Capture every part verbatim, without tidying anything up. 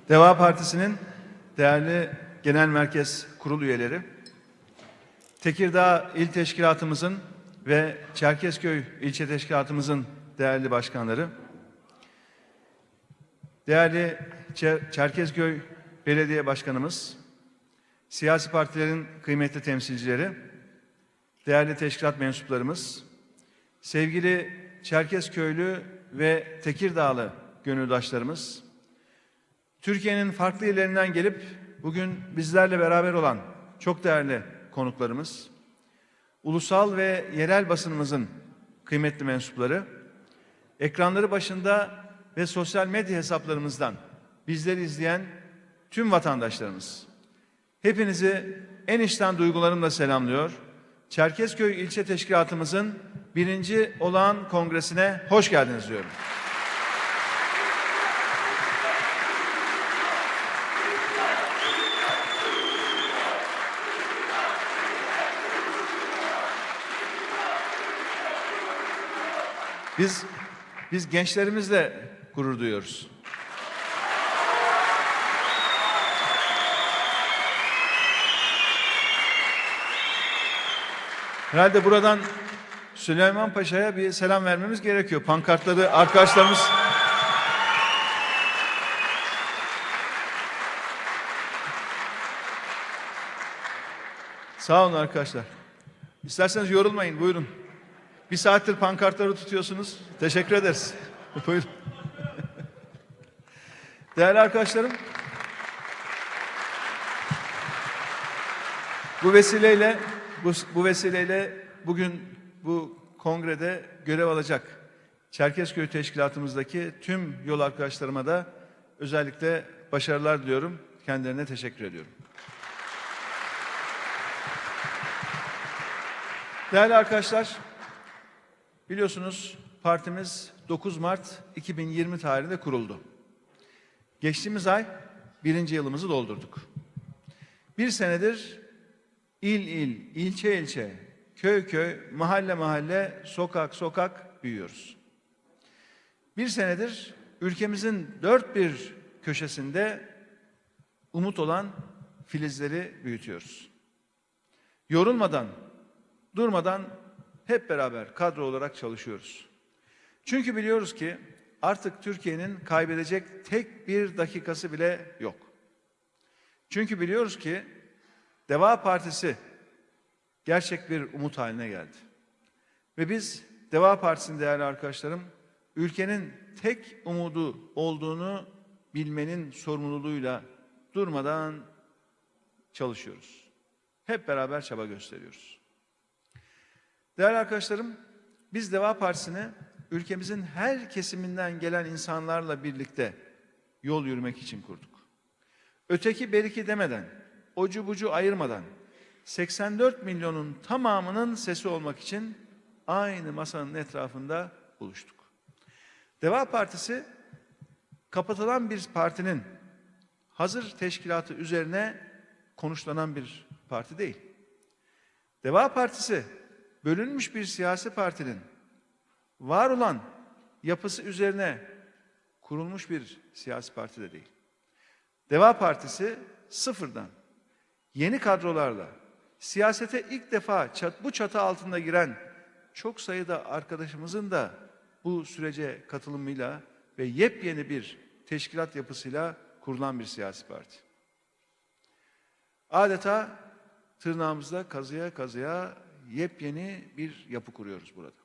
Deva Partisi'nin değerli Genel Merkez Kurul üyeleri, Tekirdağ İl Teşkilatımızın ve Çerkezköy İlçe Teşkilatımızın değerli başkanları, değerli Çer Çerkezköy Belediye Başkanımız, siyasi partilerin kıymetli temsilcileri, değerli teşkilat mensuplarımız, sevgili Çerkezköylü ve Tekirdağlı gönüldaşlarımız, Türkiye'nin farklı illerinden gelip bugün bizlerle beraber olan çok değerli konuklarımız, ulusal ve yerel basınımızın kıymetli mensupları, ekranları başında ve sosyal medya hesaplarımızdan bizleri izleyen tüm vatandaşlarımız, hepinizi en içten duygularımla selamlıyor. Çerkezköy İlçe Teşkilatımızın birinci olağan kongresine hoş geldiniz diyorum. Biz biz gençlerimizle gurur duyuyoruz. Herhalde buradan Süleyman Paşa'ya bir selam vermemiz gerekiyor. Pankartları arkadaşlarımız sağ olun arkadaşlar. İsterseniz yorulmayın, buyurun. Bir saattir pankartları tutuyorsunuz. Teşekkür ederiz. Buyurun. Değerli arkadaşlarım, bu vesileyle bu, bu vesileyle bugün bu kongrede görev alacak Çerkezköy Teşkilatımızdaki tüm yol arkadaşlarıma da özellikle başarılar diliyorum. Kendilerine teşekkür ediyorum. Değerli arkadaşlar, biliyorsunuz partimiz dokuz Mart iki bin yirmi tarihinde kuruldu. Geçtiğimiz ay birinci yılımızı doldurduk. Bir senedir il il, ilçe ilçe, köy köy, mahalle mahalle, sokak sokak büyüyoruz. Bir senedir ülkemizin dört bir köşesinde umut olan filizleri büyütüyoruz. Yorulmadan, durmadan hep beraber kadro olarak çalışıyoruz. Çünkü biliyoruz ki artık Türkiye'nin kaybedecek tek bir dakikası bile yok. Çünkü biliyoruz ki Deva Partisi gerçek bir umut haline geldi. Ve biz Deva Partisi'nin değerli arkadaşlarım, ülkenin tek umudu olduğunu bilmenin sorumluluğuyla durmadan çalışıyoruz. Hep beraber çaba gösteriyoruz. Değerli arkadaşlarım, biz Deva Partisi'ni ülkemizin her kesiminden gelen insanlarla birlikte yol yürümek için kurduk. Öteki beriki demeden, ocu bucu ayırmadan seksen dört milyonun tamamının sesi olmak için aynı masanın etrafında buluştuk. Deva Partisi kapatılan bir partinin hazır teşkilatı üzerine konuşlanan bir parti değil. Deva Partisi bölünmüş bir siyasi partinin var olan yapısı üzerine kurulmuş bir siyasi parti de değil. Deva Partisi sıfırdan yeni kadrolarla siyasete ilk defa çat, bu çatı altında giren çok sayıda arkadaşımızın da bu sürece katılımıyla ve yepyeni bir teşkilat yapısıyla kurulan bir siyasi parti. Adeta tırnağımızda kazıya kazıya yepyeni bir yapı kuruyoruz burada.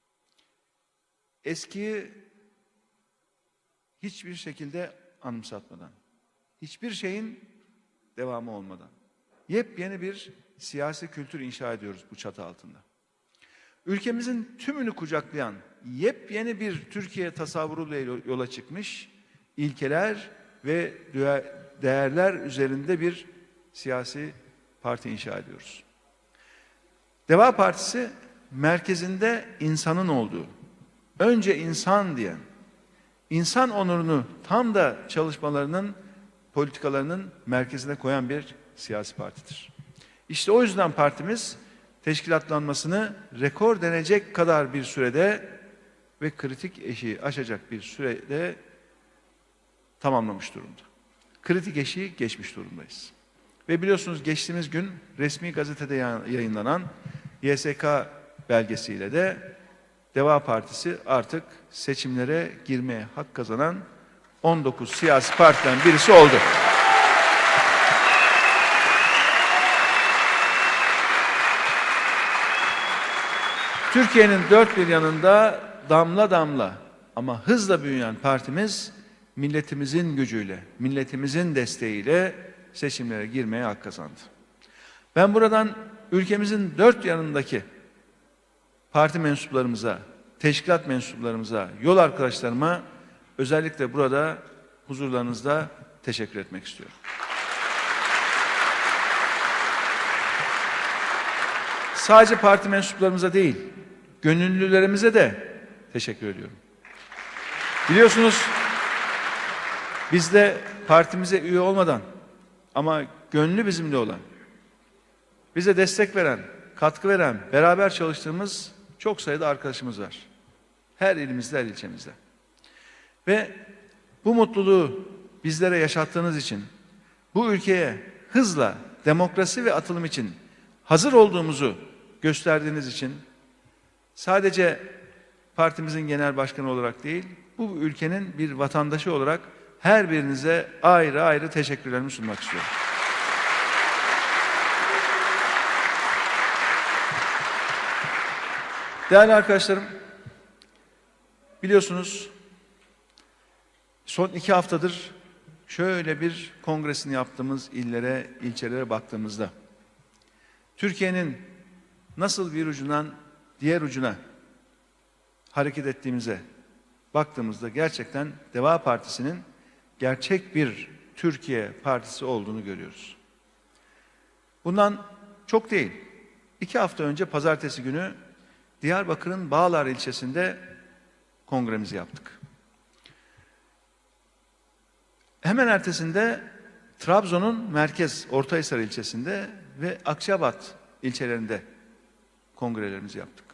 Eskiyi hiçbir şekilde anımsatmadan, hiçbir şeyin devamı olmadan yepyeni bir siyasi kültür inşa ediyoruz bu çatı altında. Ülkemizin tümünü kucaklayan yepyeni bir Türkiye tasavvuruyla yola çıkmış ilkeler ve değerler üzerinde bir siyasi parti inşa ediyoruz. Deva Partisi merkezinde insanın olduğu, önce insan diyen, insan onurunu tam da çalışmalarının, politikalarının merkezine koyan bir siyasi partidir. İşte o yüzden partimiz teşkilatlanmasını rekor denecek kadar bir sürede ve kritik eşiği aşacak bir sürede tamamlamış durumda. kritik eşiği geçmiş durumdayız. Ve biliyorsunuz geçtiğimiz gün resmi gazetede yayınlanan Y S K belgesiyle de Deva Partisi artık seçimlere girmeye hak kazanan on dokuz siyasi partiden birisi oldu. Türkiye'nin dört bir yanında damla damla ama hızla büyüyen partimiz milletimizin gücüyle, milletimizin desteğiyle seçimlere girmeye hak kazandı. Ben buradan ülkemizin dört yanındaki parti mensuplarımıza, teşkilat mensuplarımıza, yol arkadaşlarıma özellikle burada huzurlarınızda teşekkür etmek istiyorum. Sadece parti mensuplarımıza değil, gönüllülerimize de teşekkür ediyorum. Biliyorsunuz biz de partimize üye olmadan ama gönlü bizimle olan, bize destek veren, katkı veren, beraber çalıştığımız çok sayıda arkadaşımız var. Her ilimizde, her ilçemizde. Ve bu mutluluğu bizlere yaşattığınız için, bu ülkeye hızla demokrasi ve atılım için hazır olduğumuzu gösterdiğiniz için sadece partimizin genel başkanı olarak değil, bu ülkenin bir vatandaşı olarak her birinize ayrı ayrı teşekkürlerimi sunmak istiyorum. Değerli arkadaşlarım, biliyorsunuz son iki haftadır şöyle bir kongresini yaptığımız illere, ilçelere baktığımızda Türkiye'nin nasıl bir ucundan diğer ucuna hareket ettiğimize baktığımızda gerçekten Deva Partisi'nin gerçek bir Türkiye Partisi olduğunu görüyoruz. Bundan çok değil, iki hafta önce pazartesi günü Diyarbakır'ın Bağlar ilçesinde kongremizi yaptık. Hemen ertesinde Trabzon'un merkez Ortahisar ilçesinde ve Akçabat ilçelerinde kongrelerimizi yaptık.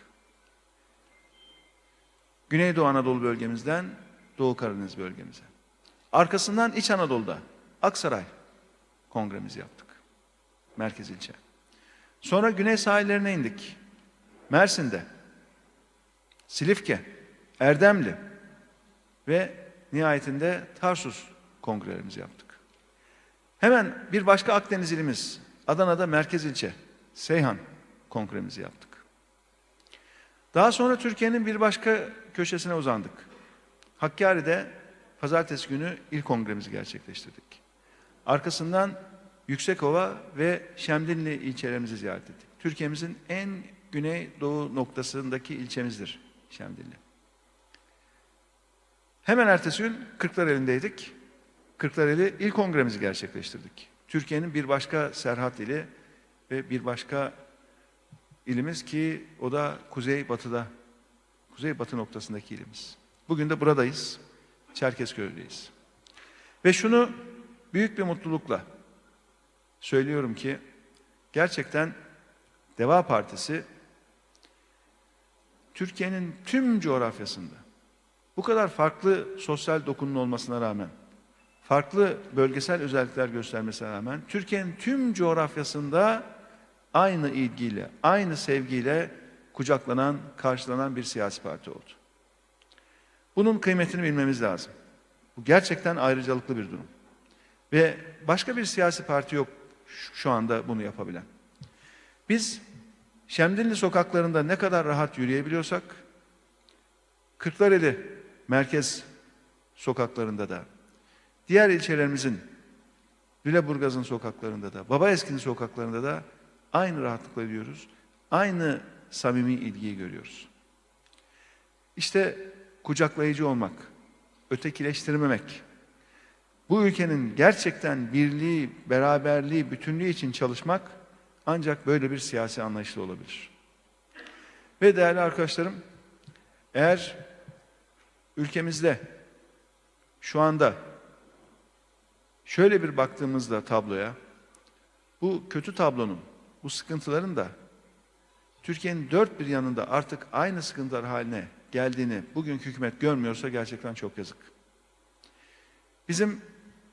Güneydoğu Anadolu bölgemizden Doğu Karadeniz bölgemize. Arkasından İç Anadolu'da Aksaray kongremizi yaptık. Merkez ilçe. Sonra güney sahillerine indik. Mersin'de, Silifke, Erdemli ve nihayetinde Tarsus kongrelerimizi yaptık. Hemen bir başka Akdeniz ilimiz Adana'da merkez ilçe Seyhan kongremizi yaptık. Daha sonra Türkiye'nin bir başka köşesine uzandık. Hakkari'de pazartesi günü ilk kongremizi gerçekleştirdik. Arkasından Yüksekova ve Şemdinli ilçelerimizi ziyaret ettik. Türkiye'mizin en güneydoğu noktasındaki ilçemizdir Şemdinli. Hemen ertesi gün Kırklareli'ndeydik. Kırklareli ilk kongremizi gerçekleştirdik. Türkiye'nin bir başka Serhat ili ve bir başka ilimiz ki o da kuzeybatıda, kuzeybatı noktasındaki ilimiz. Bugün de buradayız, Çerkezköy'deyiz. Ve şunu büyük bir mutlulukla söylüyorum ki gerçekten Deva Partisi Türkiye'nin tüm coğrafyasında bu kadar farklı sosyal dokunun olmasına rağmen, farklı bölgesel özellikler göstermesine rağmen Türkiye'nin tüm coğrafyasında aynı ilgiyle, aynı sevgiyle kucaklanan, karşılanan bir siyasi parti oldu. Bunun kıymetini bilmemiz lazım. Bu gerçekten ayrıcalıklı bir durum. Ve başka bir siyasi parti yok şu anda bunu yapabilen. Biz Şemdinli sokaklarında ne kadar rahat yürüyebiliyorsak, Kırklareli merkez sokaklarında da, diğer ilçelerimizin, Lüleburgaz'ın sokaklarında da, Babaeski'nin sokaklarında da aynı rahatlıkla yürüyoruz. Aynı samimi ilgiyi görüyoruz. İşte kucaklayıcı olmak, ötekileştirmemek, bu ülkenin gerçekten birliği, beraberliği, bütünlüğü için çalışmak ancak böyle bir siyasi anlayışla olabilir. Ve değerli arkadaşlarım, eğer ülkemizde şu anda şöyle bir baktığımızda tabloya, bu kötü tablonun, bu sıkıntıların da Türkiye'nin dört bir yanında artık aynı sıkıntılar haline geldiğini bugünkü hükümet görmüyorsa gerçekten çok yazık. Bizim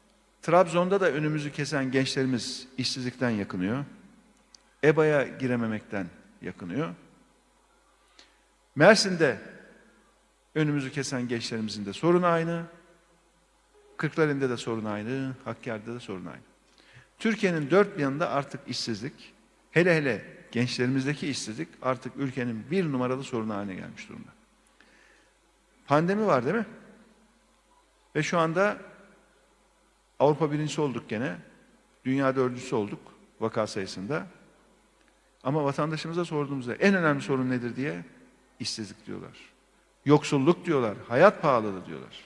Trabzon'da da önümüzü kesen gençlerimiz işsizlikten yakınıyor. E B A'ya girememekten yakınıyor. Mersin'de önümüzü kesen gençlerimizin de sorunu aynı. Kırklareli'nde de sorun aynı. Hakkari'de de sorun aynı. Türkiye'nin dört bir yanında artık işsizlik, hele hele gençlerimizdeki işsizlik artık ülkenin bir numaralı sorunu haline gelmiş durumda. Pandemi var değil mi? Ve şu anda Avrupa birincisi olduk gene. Dünya dördüncüsü olduk vaka sayısında. Ama vatandaşımıza sorduğumuzda en önemli sorun nedir diye işsizlik diyorlar. Yoksulluk diyorlar. Hayat pahalılığı diyorlar.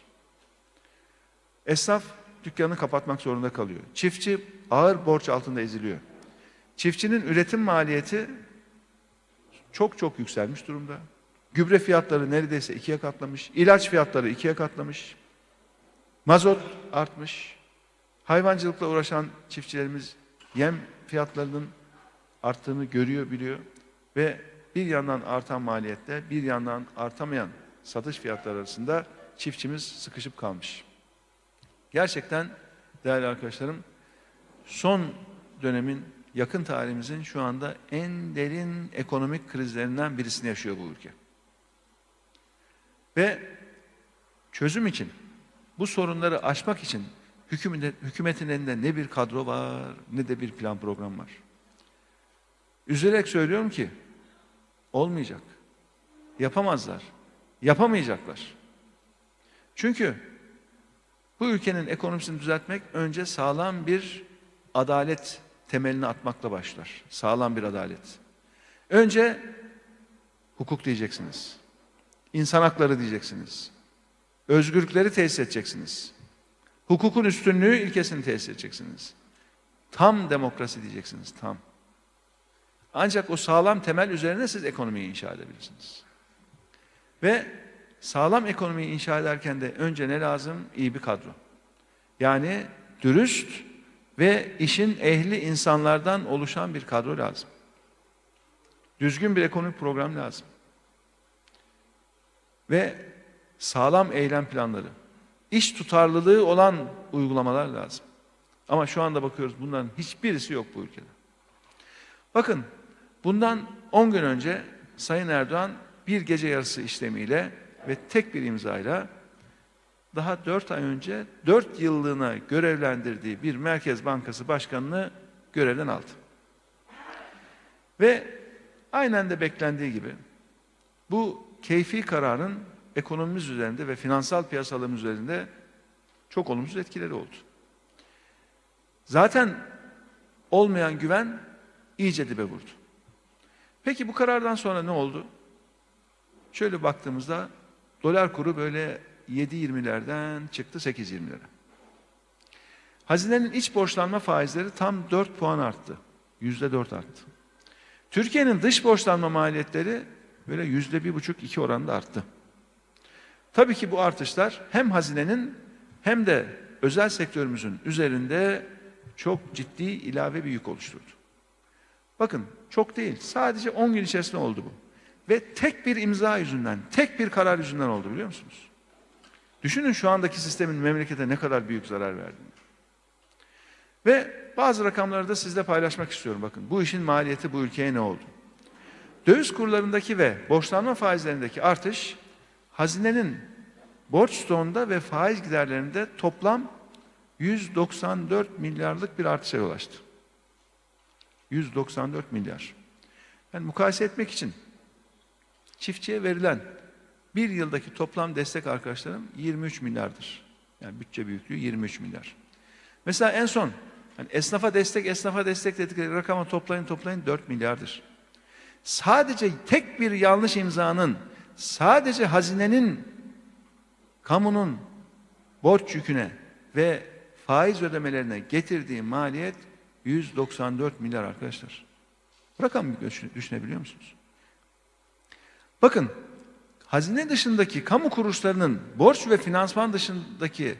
Esnaf dükkanını kapatmak zorunda kalıyor. Çiftçi ağır borç altında eziliyor. Çiftçinin üretim maliyeti çok çok yükselmiş durumda. Gübre fiyatları neredeyse ikiye katlamış. İlaç fiyatları ikiye katlamış. Mazot artmış. Hayvancılıkla uğraşan çiftçilerimiz yem fiyatlarının arttığını görüyor, biliyor. Ve bir yandan artan maliyette, bir yandan artamayan satış fiyatları arasında çiftçimiz sıkışıp kalmış. Gerçekten değerli arkadaşlarım, son dönemin, yakın tarihimizin şu anda en derin ekonomik krizlerinden birisini yaşıyor bu ülke. Ve çözüm için, bu sorunları aşmak için hükümetin elinde ne bir kadro var, ne de bir plan program var. Üzülerek söylüyorum ki, olmayacak. Yapamazlar. Yapamayacaklar. Çünkü bu ülkenin ekonomisini düzeltmek önce sağlam bir adalet temelini atmakla başlar. Sağlam bir adalet. Önce hukuk diyeceksiniz. İnsan hakları diyeceksiniz. Özgürlükleri tesis edeceksiniz. Hukukun üstünlüğü ilkesini tesis edeceksiniz. Tam demokrasi diyeceksiniz, tam. Ancak o sağlam temel üzerine siz ekonomiyi inşa edebilirsiniz. Ve sağlam ekonomiyi inşa ederken de önce ne lazım? İyi bir kadro. Yani dürüst ve işin ehli insanlardan oluşan bir kadro lazım. Düzgün bir ekonomik program lazım. Ve sağlam eylem planları, iş tutarlılığı olan uygulamalar lazım. Ama şu anda bakıyoruz bunların hiçbirisi yok bu ülkede. Bakın, bundan on gün önce Sayın Erdoğan bir gece yarısı işlemiyle ve tek bir imzayla daha dört ay önce dört yıllığına görevlendirdiği bir Merkez Bankası Başkanı'nı görevden aldı. Ve aynen de beklendiği gibi bu keyfi kararın ekonomimiz üzerinde ve finansal piyasalarımız üzerinde çok olumsuz etkileri oldu. Zaten olmayan güven iyice dibe vurdu. Peki bu karardan sonra ne oldu? Şöyle baktığımızda dolar kuru böyle yedi yirmilerden çıktı sekiz yirmilere. Hazinenin iç borçlanma faizleri tam dört puan arttı. Yüzde dört arttı. Türkiye'nin dış borçlanma maliyetleri böyle yüzde bir buçuk iki oranında arttı. Tabii ki bu artışlar hem hazinenin hem de özel sektörümüzün üzerinde çok ciddi ilave bir yük oluşturdu. Bakın çok değil, sadece on gün içerisinde oldu bu. Ve tek bir imza yüzünden, tek bir karar yüzünden oldu, biliyor musunuz? Düşünün şu andaki sistemin memlekete ne kadar büyük zarar verdiğini. Ve bazı rakamları da sizle paylaşmak istiyorum. Bakın bu işin maliyeti bu ülkeye ne oldu? Döviz kurlarındaki ve borçlanma faizlerindeki artış, hazinenin borç stoğunda ve faiz giderlerinde toplam yüz doksan dört milyarlık bir artışa yol açtı. yüz doksan dört milyar. Yani mukayese etmek için çiftçiye verilen bir yıldaki toplam destek arkadaşlarım yirmi üç milyardır. Yani bütçe büyüklüğü yirmi üç milyar. Mesela en son hani esnafa destek, esnafa destek dedikleri rakamı toplayın toplayın dört milyardır. Sadece tek bir yanlış imzanın, sadece hazinenin, kamunun borç yüküne ve faiz ödemelerine getirdiği maliyet yüz doksan dört milyar arkadaşlar. Rakam düşünebiliyor musunuz? Bakın, hazine dışındaki kamu kuruluşlarının borç ve finansman dışındaki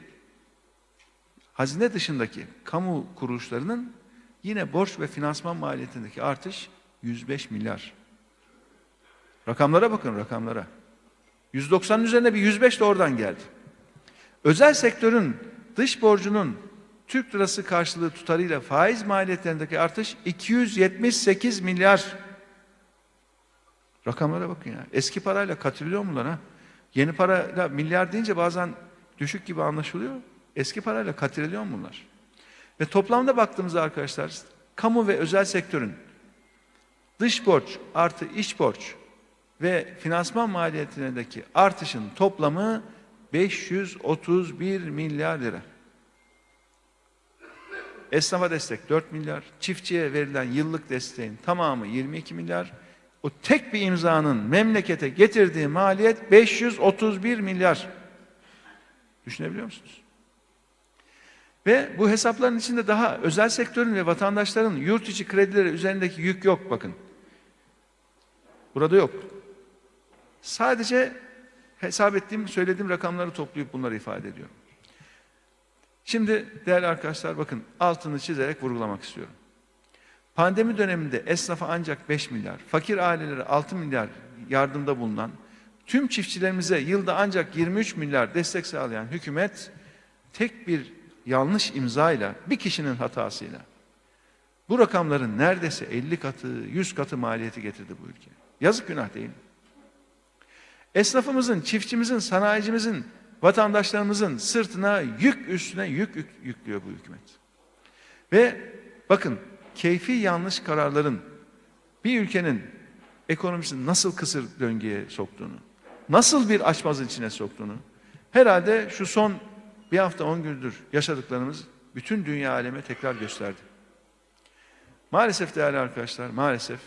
hazine dışındaki kamu kuruluşlarının yine borç ve finansman maliyetindeki artış yüz beş milyar. Rakamlara bakın, rakamlara. yüz doksanın üzerine bir yüz beş de oradan geldi. Özel sektörün dış borcunun Türk lirası karşılığı tutarıyla faiz maliyetlerindeki artış iki yüz yetmiş sekiz milyar. Rakamlara bakın ya. Eski parayla katrilyon bunlar ha. Yeni parayla milyar deyince bazen düşük gibi anlaşılıyor. Eski parayla katrilyon bunlar. Ve toplamda baktığımızda arkadaşlar, kamu ve özel sektörün dış borç artı iç borç ve finansman maliyetindeki artışın toplamı beş yüz otuz bir milyar lira. Esnafa destek dört milyar, çiftçiye verilen yıllık desteğin tamamı yirmi iki milyar. O tek bir imzanın memlekete getirdiği maliyet beş yüz otuz bir milyar. Düşünebiliyor musunuz? Ve bu hesapların içinde daha özel sektörün ve vatandaşların yurt içi kredileri üzerindeki yük yok bakın. Burada yok. Sadece hesap ettiğim, söylediğim rakamları toplayıp bunları ifade ediyorum. Şimdi değerli arkadaşlar bakın, altını çizerek vurgulamak istiyorum. Pandemi döneminde esnafa ancak beş milyar, fakir ailelere altı milyar yardımda bulunan, tüm çiftçilerimize yılda ancak yirmi üç milyar destek sağlayan hükümet, tek bir yanlış imzayla, bir kişinin hatasıyla bu rakamların neredeyse elli katı, yüz katı maliyeti getirdi bu ülkeye. Yazık, günah değil mi? Esnafımızın, çiftçimizin, sanayicimizin, vatandaşlarımızın sırtına yük üstüne yük, yük yüklüyor bu hükümet. Ve bakın, keyfi yanlış kararların bir ülkenin ekonomisini nasıl kısır döngüye soktuğunu, nasıl bir açmazın içine soktuğunu, herhalde şu son bir hafta on gündür yaşadıklarımız bütün dünya aleme tekrar gösterdi. Maalesef değerli arkadaşlar, maalesef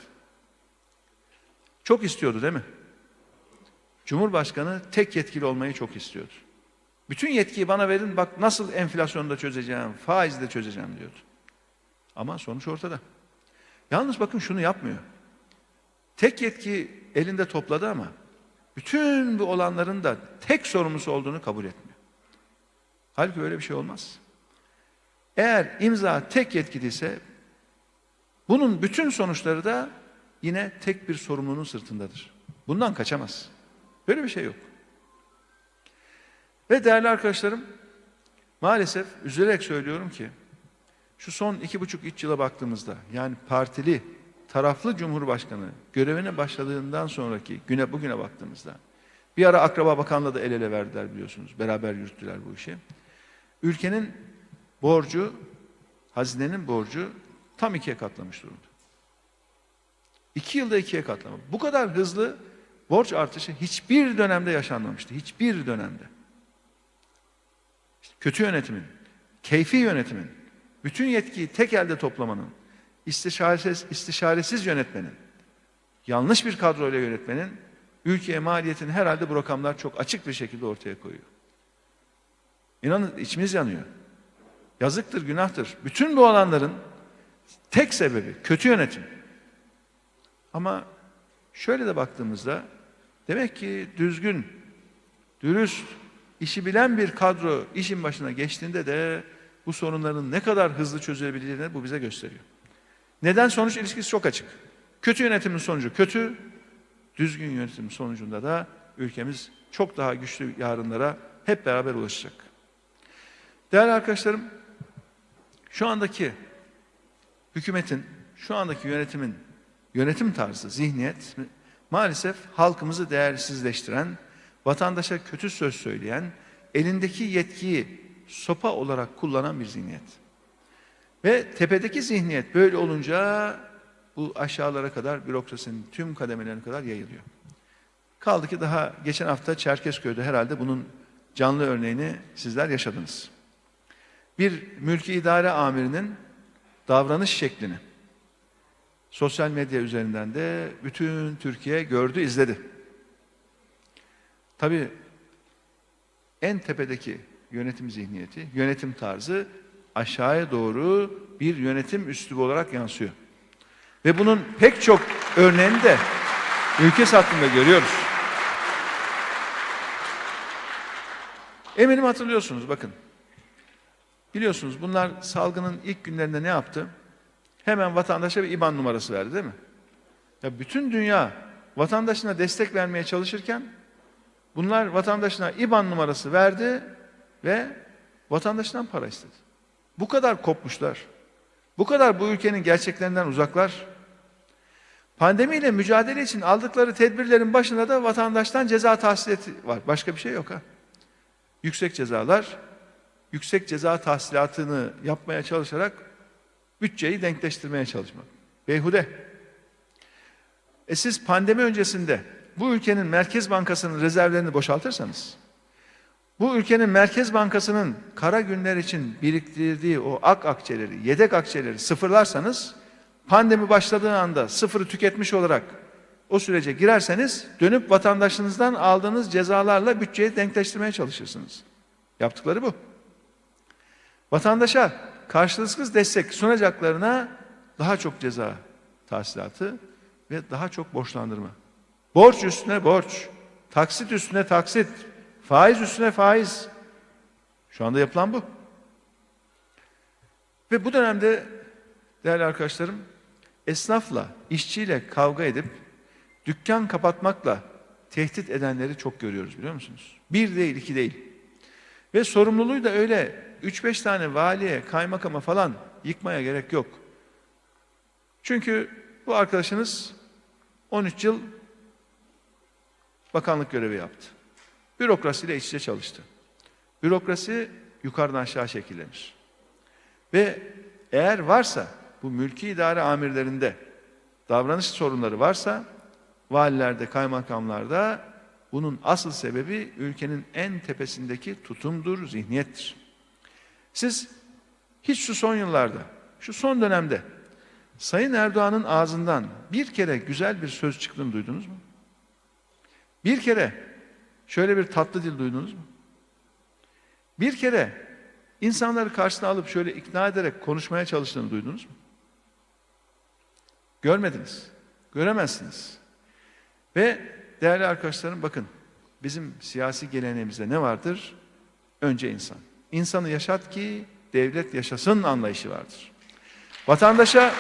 çok istiyordu değil mi? Cumhurbaşkanı tek yetkili olmayı çok istiyordu. Bütün yetkiyi bana verin, bak nasıl enflasyonu da çözeceğim, faizi de çözeceğim diyordu. Ama sonuç ortada. Yalnız bakın şunu yapmıyor. Tek yetki elinde topladı ama bütün bu olanların da tek sorumlusu olduğunu kabul etmiyor. Halbuki öyle bir şey olmaz. Eğer imza tek yetkiliyse bunun bütün sonuçları da yine tek bir sorumlunun sırtındadır. Bundan kaçamaz. Böyle bir şey yok. Ve değerli arkadaşlarım, maalesef üzülerek söylüyorum ki şu son iki buçuk üç yıla baktığımızda, yani partili, taraflı Cumhurbaşkanı görevine başladığından sonraki güne bugüne baktığımızda, bir ara Akraba Bakanlığı da el ele verdiler biliyorsunuz, beraber yürüttüler bu işi. Ülkenin borcu, hazinenin borcu tam ikiye katlamış durumda. İki yılda ikiye katlama. Bu kadar hızlı borç artışı hiçbir dönemde yaşanmamıştı. Hiçbir dönemde. İşte kötü yönetimin, keyfi yönetimin, bütün yetkiyi tek elde toplamanın, istişaresiz, istişaresiz yönetmenin, yanlış bir kadroyla yönetmenin ülkeye maliyetini herhalde bu rakamlar çok açık bir şekilde ortaya koyuyor. İnanın içimiz yanıyor. Yazıktır, günahtır. Bütün bu olanların tek sebebi kötü yönetim. Ama şöyle de baktığımızda demek ki düzgün, dürüst, işi bilen bir kadro işin başına geçtiğinde de bu sorunların ne kadar hızlı çözülebildiğini bu bize gösteriyor. Neden sonuç ilişkisi çok açık. Kötü yönetimin sonucu kötü, düzgün yönetimin sonucunda da ülkemiz çok daha güçlü yarınlara hep beraber ulaşacak. Değerli arkadaşlarım, şu andaki hükümetin, şu andaki yönetimin yönetim tarzı, zihniyet maalesef halkımızı değersizleştiren, vatandaşa kötü söz söyleyen, elindeki yetkiyi sopa olarak kullanan bir zihniyet. Ve tepedeki zihniyet böyle olunca bu aşağılara kadar, bürokrasinin tüm kademelerine kadar yayılıyor. Kaldı ki daha geçen hafta Çerkezköy'de herhalde bunun canlı örneğini sizler yaşadınız. Bir mülki idare amirinin davranış şeklini sosyal medya üzerinden de bütün Türkiye gördü, izledi. Tabii en tepedeki yönetim zihniyeti, yönetim tarzı aşağıya doğru bir yönetim üslubu olarak yansıyor. Ve bunun pek çok örneğini de ülke hakkında görüyoruz. Eminim hatırlıyorsunuz, bakın. Biliyorsunuz bunlar salgının ilk günlerinde ne yaptı? Hemen vatandaşa bir İBAN numarası verdi değil mi? Ya bütün dünya vatandaşına destek vermeye çalışırken bunlar vatandaşına İBAN numarası verdi ve vatandaştan para istedi. Bu kadar kopmuşlar. Bu kadar bu ülkenin gerçeklerinden uzaklar. Pandemiyle mücadele için aldıkları tedbirlerin başında da vatandaştan ceza tahsilati var. Başka bir şey yok ha. Yüksek cezalar, yüksek ceza tahsilatını yapmaya çalışarak bütçeyi denkleştirmeye çalışmak. Beyhude. E siz pandemi öncesinde bu ülkenin Merkez Bankası'nın rezervlerini boşaltırsanız, bu ülkenin Merkez Bankası'nın kara günler için biriktirdiği o ak akçeleri, yedek akçeleri sıfırlarsanız, pandemi başladığı anda sıfırı tüketmiş olarak o sürece girerseniz, dönüp vatandaşınızdan aldığınız cezalarla bütçeyi denkleştirmeye çalışırsınız. Yaptıkları bu. Vatandaşa karşılıksız destek sunacaklarına daha çok ceza tahsilatı ve daha çok borçlandırma. Borç üstüne borç, taksit üstüne taksit, faiz üstüne faiz. Şu anda yapılan bu. Ve bu dönemde değerli arkadaşlarım, esnafla, işçiyle kavga edip dükkan kapatmakla tehdit edenleri çok görüyoruz, biliyor musunuz? Bir değil, iki değil. Ve sorumluluğu da öyle üç beş tane valiye, kaymakama falan yıkmaya gerek yok. Çünkü bu arkadaşınız on üç yıl bakanlık görevi yaptı. Bürokrasiyle iç içe çalıştı. Bürokrasi yukarıdan aşağı şekillenir. Ve eğer varsa bu mülki idare amirlerinde davranış sorunları varsa, valilerde, kaymakamlarda bunun asıl sebebi ülkenin en tepesindeki tutumdur, zihniyettir. Siz hiç şu son yıllarda, şu son dönemde Sayın Erdoğan'ın ağzından bir kere güzel bir söz çıktığını duydunuz mu? Bir kere şöyle bir tatlı dil duydunuz mu? Bir kere insanları karşısına alıp şöyle ikna ederek konuşmaya çalıştığını duydunuz mu? Görmediniz, göremezsiniz. Ve değerli arkadaşlarım, bakın, bizim siyasi geleneğimizde ne vardır? Önce insan. İnsanı yaşat ki devlet yaşasın anlayışı vardır. Vatandaşa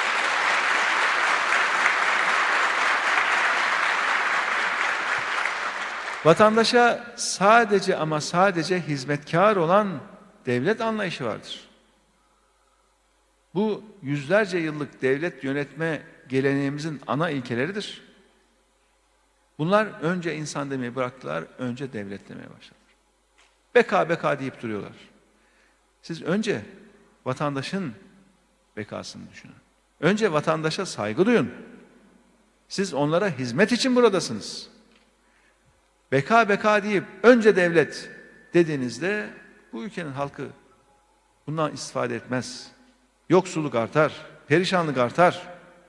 vatandaşa sadece ama sadece hizmetkar olan devlet anlayışı vardır. Bu yüzlerce yıllık devlet yönetme geleneğimizin ana ilkeleridir. Bunlar önce insan demeyi bıraktılar, önce devlet demeye başladılar. Beka beka deyip duruyorlar. Siz önce vatandaşın bekasını düşünün. Önce vatandaşa saygı duyun. Siz onlara hizmet için buradasınız. Beka beka deyip önce devlet dediğinizde bu ülkenin halkı bundan istifade etmez. Yoksulluk artar, perişanlık artar.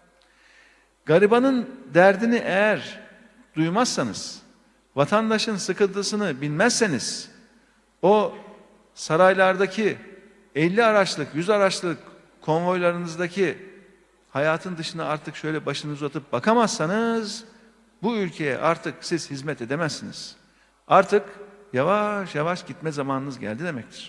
Garibanın derdini eğer duymazsanız, vatandaşın sıkıntısını bilmezseniz, o saraylardaki elli araçlık, yüz araçlık konvoylarınızdaki hayatın dışına artık şöyle başınızı uzatıp bakamazsanız, bu ülkeye artık siz hizmet edemezsiniz. Artık yavaş yavaş gitme zamanınız geldi demektir.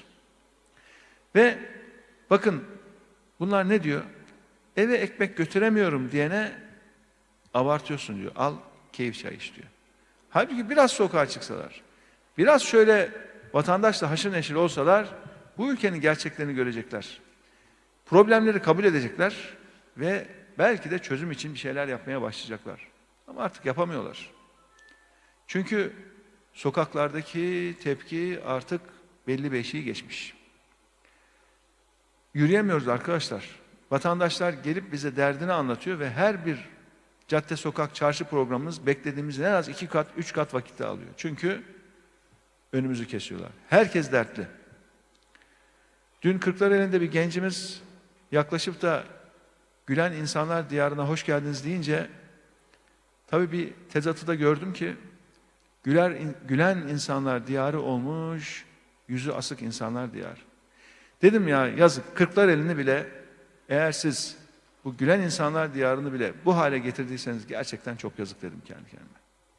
Ve bakın, bunlar ne diyor? Eve ekmek götüremiyorum diyene abartıyorsun diyor. Al keyif çay iç diyor. Halbuki biraz sokağa çıksalar, biraz şöyle vatandaşla haşır neşir olsalar, bu ülkenin gerçeklerini görecekler. Problemleri kabul edecekler ve belki de çözüm için bir şeyler yapmaya başlayacaklar. Ama artık yapamıyorlar. Çünkü sokaklardaki tepki artık belli bir eşiği geçmiş. Yürüyemiyoruz arkadaşlar. Vatandaşlar gelip bize derdini anlatıyor ve her bir cadde, sokak, çarşı programımız beklediğimizin en az iki kat, üç kat vakitte alıyor. Çünkü önümüzü kesiyorlar. Herkes dertli. Dün Kırklareli'nde bir gencimiz yaklaşıp da gülen insanlar diyarına hoş geldiniz deyince, tabii bir tezatı da gördüm ki, güler, gülen insanlar diyarı olmuş, yüzü asık insanlar diyarı. Dedim ya, yazık, Kırklareli'ni bile, eğer siz bu gülen insanlar diyarını bile bu hale getirdiyseniz gerçekten çok yazık dedim kendi kendime.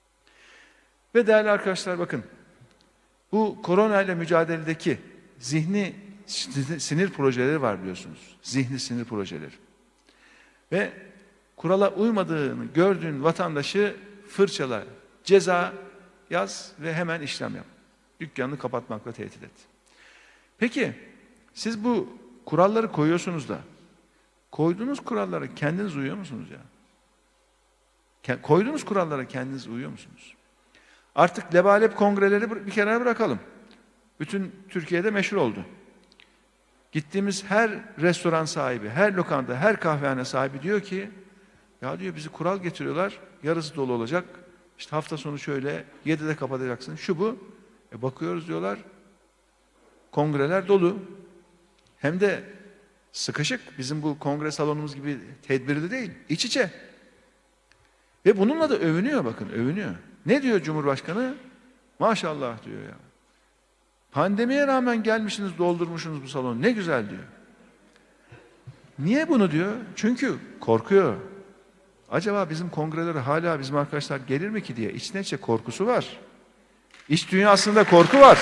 Ve değerli arkadaşlar, bakın, bu korona ile mücadeledeki zihni sinir projeleri var biliyorsunuz. Zihni sinir projeleri. Ve kurala uymadığını gördüğün vatandaşı fırçala, ceza yaz ve hemen işlem yap. Dükkanını kapatmakla tehdit et. Peki siz bu kuralları koyuyorsunuz da koyduğunuz kurallara kendiniz uyuyor musunuz ya? Ke- Koyduğunuz kurallara kendiniz uyuyor musunuz? Artık lebalep kongreleri bir kenara bırakalım. Bütün Türkiye'de meşhur oldu. Gittiğimiz her restoran sahibi, her lokanta, her kahvehane sahibi diyor ki ya diyor bizi kural getiriyorlar, yarısı dolu olacak. İşte hafta sonu şöyle yedide kapatacaksın, şu bu. E bakıyoruz diyorlar, kongreler dolu. Hem de sıkışık, bizim bu kongre salonumuz gibi tedbirli değil, iç içe. Ve bununla da övünüyor bakın, övünüyor. Ne diyor Cumhurbaşkanı? Maşallah diyor ya. Pandemiye rağmen gelmişsiniz, doldurmuşsunuz bu salonu. Ne güzel diyor. Niye bunu diyor? Çünkü korkuyor. Acaba bizim kongrelere hala bizim arkadaşlar gelir mi ki diye içten içe korkusu var. İç dünyasında korku var.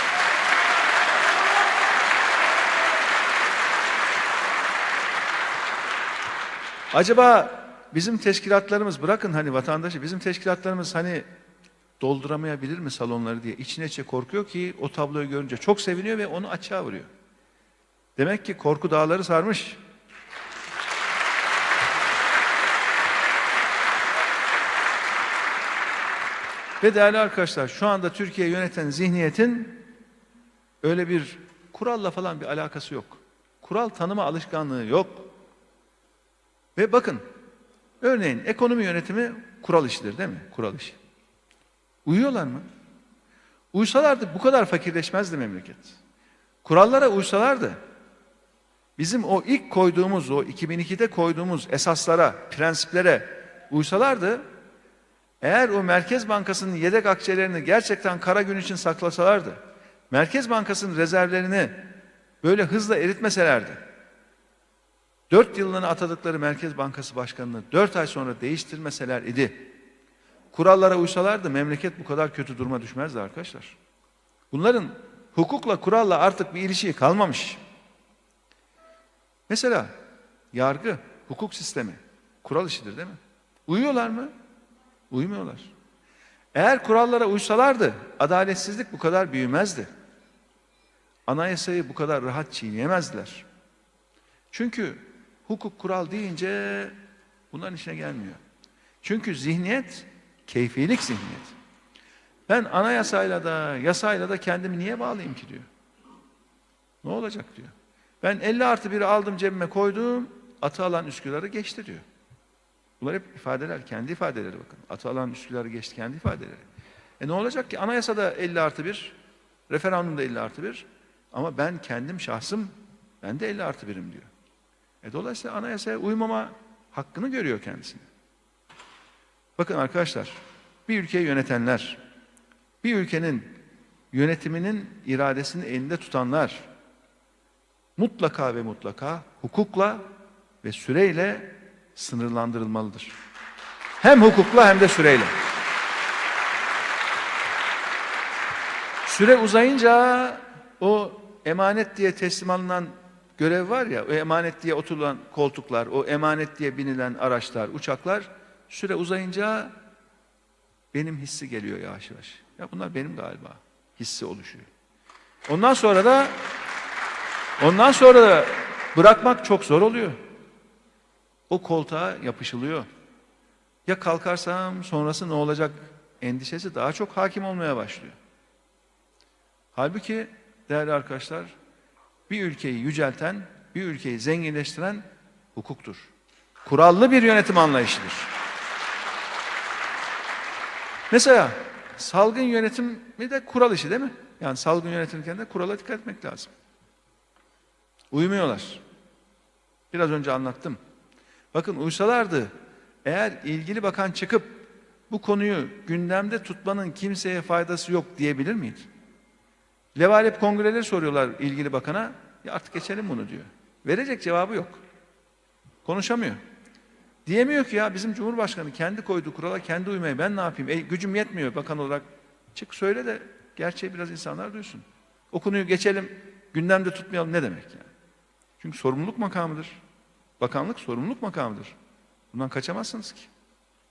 Acaba bizim teşkilatlarımız, bırakın hani vatandaşı, bizim teşkilatlarımız hani dolduramayabilir mi salonları diye içine içe korkuyor ki o tabloyu görünce çok seviniyor ve onu açığa vuruyor. Demek ki korku dağları sarmış. Ve değerli arkadaşlar, şu anda Türkiye yöneten zihniyetin öyle bir kuralla falan bir alakası yok. Kural tanıma alışkanlığı yok. Ve bakın, örneğin ekonomi yönetimi kural işidir değil mi? Kural işi. Uyuyorlar mı? Uysalardı bu kadar fakirleşmezdi memleket. Kurallara uysalardı, bizim o ilk koyduğumuz, o iki bin ikide koyduğumuz esaslara, prensiplere uysalardı, eğer o Merkez Bankası'nın yedek akçelerini gerçekten kara gün için saklasalardı, Merkez Bankası'nın rezervlerini böyle hızla eritmeselerdi, dört yıllığına atadıkları Merkez Bankası Başkanı'nı dört ay sonra değiştirmeseler idi, kurallara uysalardı memleket bu kadar kötü duruma düşmezdi arkadaşlar. Bunların hukukla, kuralla artık bir ilişiği kalmamış. Mesela yargı, hukuk sistemi kural işidir değil mi? Uyuyorlar mı? Uymuyorlar. Eğer kurallara uysalardı adaletsizlik bu kadar büyümezdi. Anayasayı bu kadar rahat çiğneyemezdiler. Çünkü hukuk kural deyince bunların işine gelmiyor. Çünkü zihniyet keyfilik zihniyet. Ben anayasayla da yasayla da kendimi niye bağlayayım ki diyor. Ne olacak diyor. Ben elli artı biri aldım cebime koydum, atı alan Üsküdar'ı geçti diyor. Bunlar hep ifadeler, kendi ifadeleri bakın. Atı alan Üsküdar'ı geçti, kendi ifadeleri. E ne olacak ki? Anayasada elli artı bir, referandumda elli artı bir ama ben kendim şahsım, ben de elli artı birim diyor. E dolayısıyla anayasaya uymama hakkını görüyor kendisini. Bakın arkadaşlar, bir ülkeyi yönetenler, bir ülkenin yönetiminin iradesini elinde tutanlar mutlaka ve mutlaka hukukla ve süreyle sınırlandırılmalıdır. Hem hukukla hem de süreyle. Süre uzayınca o emanet diye teslim alınan görev var ya, o emanet diye oturulan koltuklar, o emanet diye binilen araçlar, uçaklar, süre uzayınca benim hissi geliyor yavaş yavaş. Ya bunlar benim galiba. Hissi oluşuyor. Ondan sonra da ondan sonra da bırakmak çok zor oluyor. O koltuğa yapışılıyor. Ya kalkarsam sonrası ne olacak endişesi daha çok hakim olmaya başlıyor. Halbuki değerli arkadaşlar, bir ülkeyi yücelten, bir ülkeyi zenginleştiren hukuktur. Kurallı bir yönetim anlayışıdır. Mesela salgın yönetimi de kural işi değil mi? Yani salgın yönetilirken de kurala dikkat etmek lazım. Uymuyorlar. Biraz önce anlattım. Bakın uysalardı, eğer ilgili bakan çıkıp bu konuyu gündemde tutmanın kimseye faydası yok diyebilir miydi? Levalep kongreleri soruyorlar ilgili bakana, ya artık geçelim bunu diyor. Verecek cevabı yok. Konuşamıyor. Diyemiyor ki ya bizim Cumhurbaşkanı kendi koyduğu kurala kendi uymayı ben ne yapayım? E, gücüm yetmiyor bakan olarak. Çık söyle de gerçeği biraz insanlar duysun. O konuyu geçelim, gündemde tutmayalım ne demek yani? Çünkü sorumluluk makamıdır. Bakanlık sorumluluk makamıdır. Bundan kaçamazsınız ki.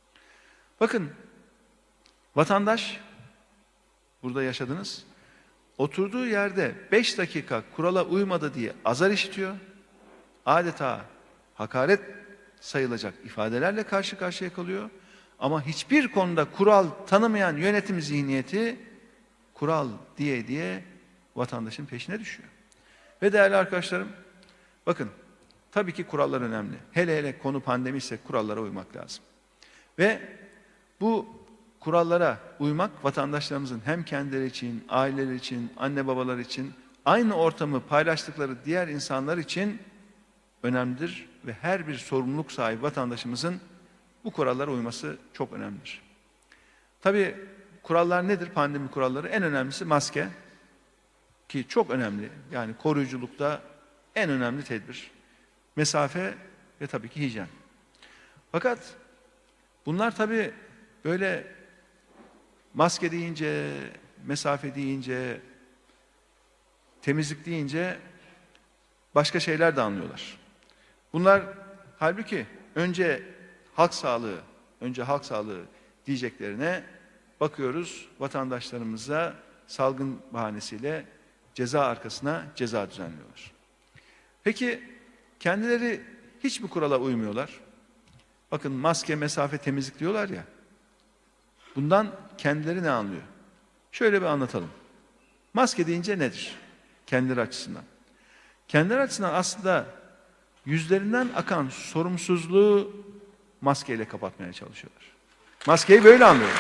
Bakın, vatandaş, burada yaşadınız, oturduğu yerde beş dakika kurala uymadı diye azar işitiyor. Adeta hakaret sayılacak ifadelerle karşı karşıya kalıyor. Ama hiçbir konuda kural tanımayan yönetim zihniyeti kural diye diye vatandaşın peşine düşüyor. Ve değerli arkadaşlarım, bakın tabii ki kurallar önemli. Hele hele konu pandemi ise kurallara uymak lazım. Ve bu kurallara uymak vatandaşlarımızın hem kendileri için, aileleri için, anne babalar için, aynı ortamı paylaştıkları diğer insanlar için önemlidir. Ve her bir sorumluluk sahibi vatandaşımızın bu kurallara uyması çok önemlidir. Tabii kurallar nedir? Pandemi kuralları. En önemlisi maske. Ki çok önemli. Yani koruyuculukta en önemli tedbir. Mesafe ve tabii ki hijyen. Fakat bunlar tabii böyle maske deyince, mesafe deyince, temizlik deyince başka şeyler de anlıyorlar. Bunlar halbuki önce halk sağlığı, önce halk sağlığı diyeceklerine bakıyoruz vatandaşlarımıza salgın bahanesiyle ceza arkasına ceza düzenliyorlar. Peki kendileri hiç mi kurala uymuyorlar? Bakın maske, mesafe, temizlik diyorlar ya. Bundan kendileri ne anlıyor? Şöyle bir anlatalım. Maske deyince nedir? Kendileri açısından. Kendileri açısından aslında yüzlerinden akan sorumsuzluğu maskeyle kapatmaya çalışıyorlar. Maskeyi böyle anlıyorlar.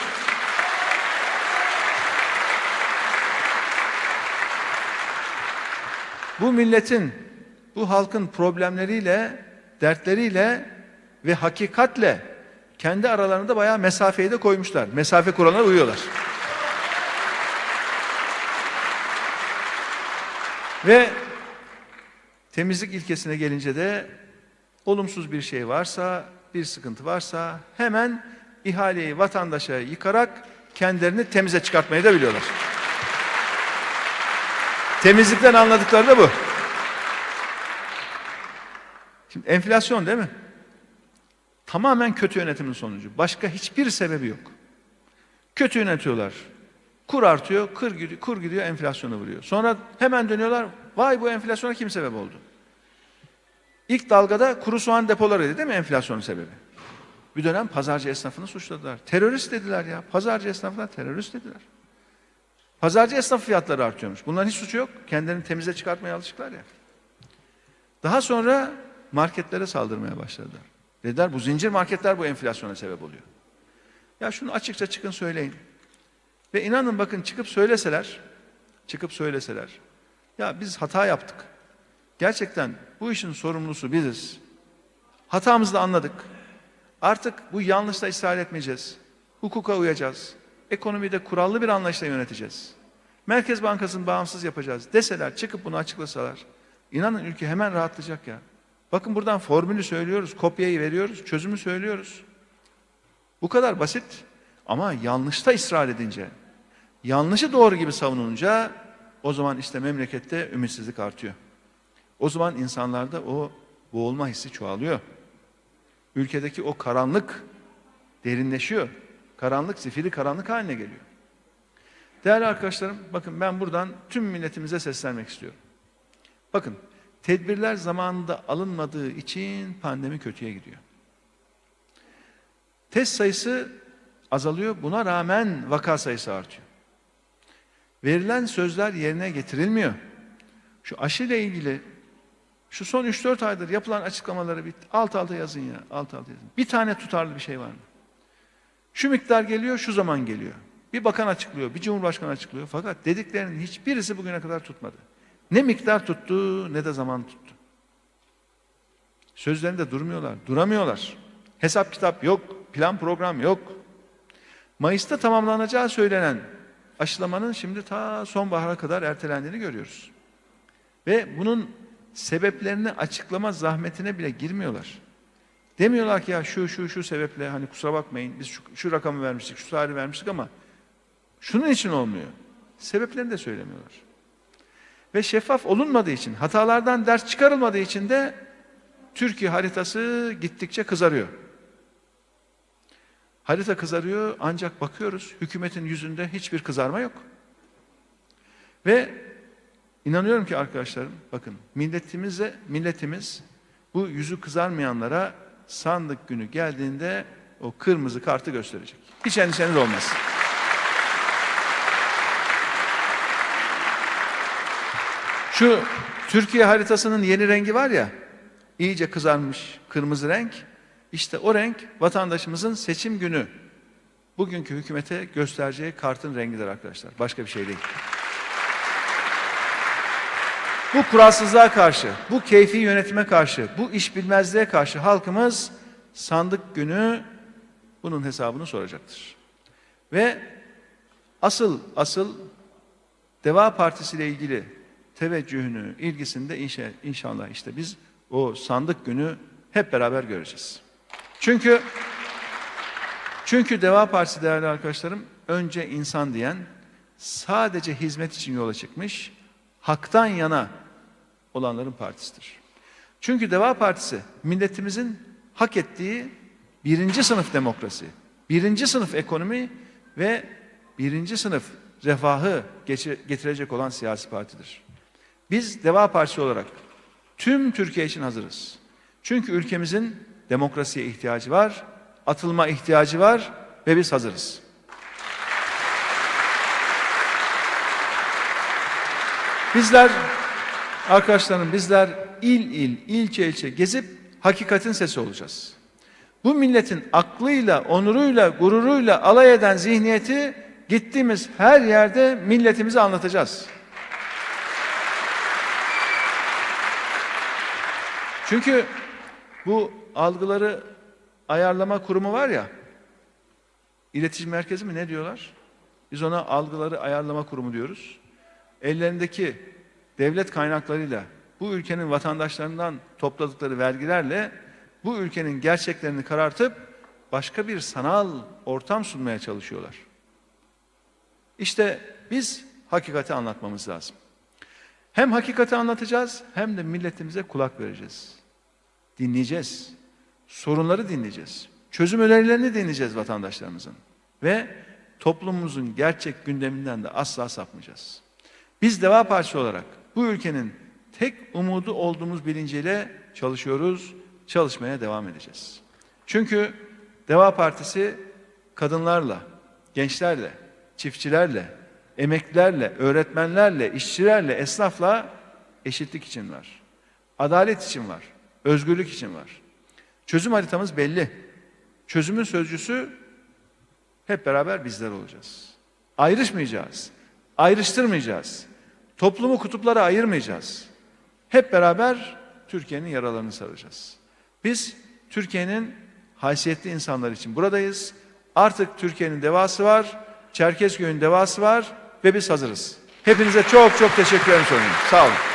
Bu milletin, bu halkın problemleriyle, dertleriyle ve hakikatle kendi aralarında bayağı mesafeyi de koymuşlar. Mesafe kuralına uyuyorlar. Ve temizlik ilkesine gelince de olumsuz bir şey varsa, bir sıkıntı varsa hemen ihaleyi vatandaşa yıkarak kendilerini temize çıkartmayı da biliyorlar. Temizlikten anladıkları da bu. Şimdi enflasyon değil mi? Tamamen kötü yönetimin sonucu. Başka hiçbir sebebi yok. Kötü yönetiyorlar. Kur artıyor, kur gidiyor, kur gidiyor enflasyona vuruyor. Sonra hemen dönüyorlar, vay bu enflasyona kim sebep oldu? İlk dalgada kuru soğan depolarıydı değil mi enflasyonun sebebi? Bir dönem pazarcı esnafını suçladılar. Terörist dediler ya. Pazarcı esnafına terörist dediler. Pazarcı esnaf fiyatları artıyormuş. Bunların hiç suçu yok. Kendilerini temize çıkartmaya alışıklar ya. Daha sonra marketlere saldırmaya başladılar. Dediler bu zincir marketler bu enflasyona sebep oluyor. Ya şunu açıkça çıkın söyleyin. Ve inanın bakın çıkıp söyleseler, çıkıp söyleseler, ya biz hata yaptık. Gerçekten bu işin sorumlusu biziz. Hatamızı da anladık. Artık bu yanlışla ısrar etmeyeceğiz. Hukuka uyacağız. Ekonomiyi de kurallı bir anlayışla yöneteceğiz. Merkez Bankası'nı bağımsız yapacağız deseler, çıkıp bunu açıklasalar, inanın ülke hemen rahatlayacak ya. Bakın buradan formülü söylüyoruz, kopyayı veriyoruz, çözümü söylüyoruz. Bu kadar basit ama yanlışta ısrar edince, yanlışı doğru gibi savununca o zaman işte memlekette ümitsizlik artıyor. O zaman insanlarda o boğulma hissi çoğalıyor. Ülkedeki o karanlık derinleşiyor. Karanlık zifiri karanlık haline geliyor. Değerli arkadaşlarım, bakın ben buradan tüm milletimize seslenmek istiyorum. Bakın, tedbirler zamanında alınmadığı için pandemi kötüye gidiyor. Test sayısı azalıyor, buna rağmen vaka sayısı artıyor. Verilen sözler yerine getirilmiyor. Şu aşıyla ilgili şu son üç dört aydır yapılan açıklamaları bir alt alta yazın ya, alt alta yazın. Bir tane tutarlı bir şey var mı? Şu miktar geliyor, şu zaman geliyor. Bir bakan açıklıyor, bir cumhurbaşkanı açıklıyor. Fakat dediklerinin hiçbirisi bugüne kadar tutmadı. Ne miktar tuttu, ne de zaman tuttu. Sözlerinde durmuyorlar, duramıyorlar. Hesap kitap yok, plan program yok. Mayıs'ta tamamlanacağı söylenen aşılamanın şimdi ta sonbahara kadar ertelendiğini görüyoruz. Ve bunun sebeplerini açıklama zahmetine bile girmiyorlar. Demiyorlar ki ya şu şu şu sebeple hani kusura bakmayın biz şu, şu rakamı vermiştik, şu tarihi vermiştik ama şunun için olmuyor. Sebeplerini de söylemiyorlar. Ve şeffaf olunmadığı için, hatalardan ders çıkarılmadığı için de Türkiye haritası gittikçe kızarıyor. Harita kızarıyor ancak bakıyoruz hükümetin yüzünde hiçbir kızarma yok. Ve inanıyorum ki arkadaşlarım, bakın milletimize, milletimiz bu yüzü kızarmayanlara sandık günü geldiğinde o kırmızı kartı gösterecek. Hiç endişeniz olmasın. Şu Türkiye haritasının yeni rengi var ya, iyice kızarmış kırmızı renk. İşte o renk vatandaşımızın seçim günü bugünkü hükümete göstereceği kartın rengidir arkadaşlar. Başka bir şey değil. Bu kuralsızlığa karşı, bu keyfi yönetime karşı, bu işbilmezliğe karşı halkımız sandık günü bunun hesabını soracaktır. Ve asıl asıl Deva Partisi ile ilgili teveccühünü, ilgisini de inşallah işte biz o sandık günü hep beraber göreceğiz. Çünkü çünkü Deva Partisi değerli arkadaşlarım önce insan diyen, sadece hizmet için yola çıkmış, haktan yana olanların partisidir. Çünkü Deva Partisi milletimizin hak ettiği birinci sınıf demokrasi, birinci sınıf ekonomi ve birinci sınıf refahı getirecek olan siyasi partidir. Biz Deva Partisi olarak tüm Türkiye için hazırız. Çünkü ülkemizin demokrasiye ihtiyacı var, atılma ihtiyacı var ve biz hazırız. Bizler, arkadaşlarım bizler il il, ilçe ilçe gezip hakikatin sesi olacağız. Bu milletin aklıyla, onuruyla, gururuyla alay eden zihniyeti gittiğimiz her yerde milletimize anlatacağız. Çünkü bu algıları ayarlama kurumu var ya, iletişim merkezi mi ne diyorlar? Biz ona algıları ayarlama kurumu diyoruz. Ellerindeki devlet kaynaklarıyla, bu ülkenin vatandaşlarından topladıkları vergilerle bu ülkenin gerçeklerini karartıp başka bir sanal ortam sunmaya çalışıyorlar. İşte biz hakikati anlatmamız lazım. Hem hakikati anlatacağız hem de milletimize kulak vereceğiz. Dinleyeceğiz. Sorunları dinleyeceğiz. Çözüm önerilerini dinleyeceğiz vatandaşlarımızın. Ve toplumumuzun gerçek gündeminden de asla sapmayacağız. Biz Deva Partisi olarak bu ülkenin tek umudu olduğumuz bilinciyle çalışıyoruz, çalışmaya devam edeceğiz. Çünkü Deva Partisi kadınlarla, gençlerle, çiftçilerle, emeklilerle, öğretmenlerle, işçilerle, esnafla eşitlik için var. Adalet için var. Özgürlük için var. Çözüm haritamız belli. Çözümün sözcüsü hep beraber bizler olacağız. Ayrışmayacağız. Ayrıştırmayacağız. Toplumu kutuplara ayırmayacağız. Hep beraber Türkiye'nin yaralarını saracağız. Biz Türkiye'nin haysiyetli insanlar için buradayız. Artık Türkiye'nin devası var. Çerkezköy'ün devası var ve biz hazırız. Hepinize çok çok teşekkür ederim. Sağ olun.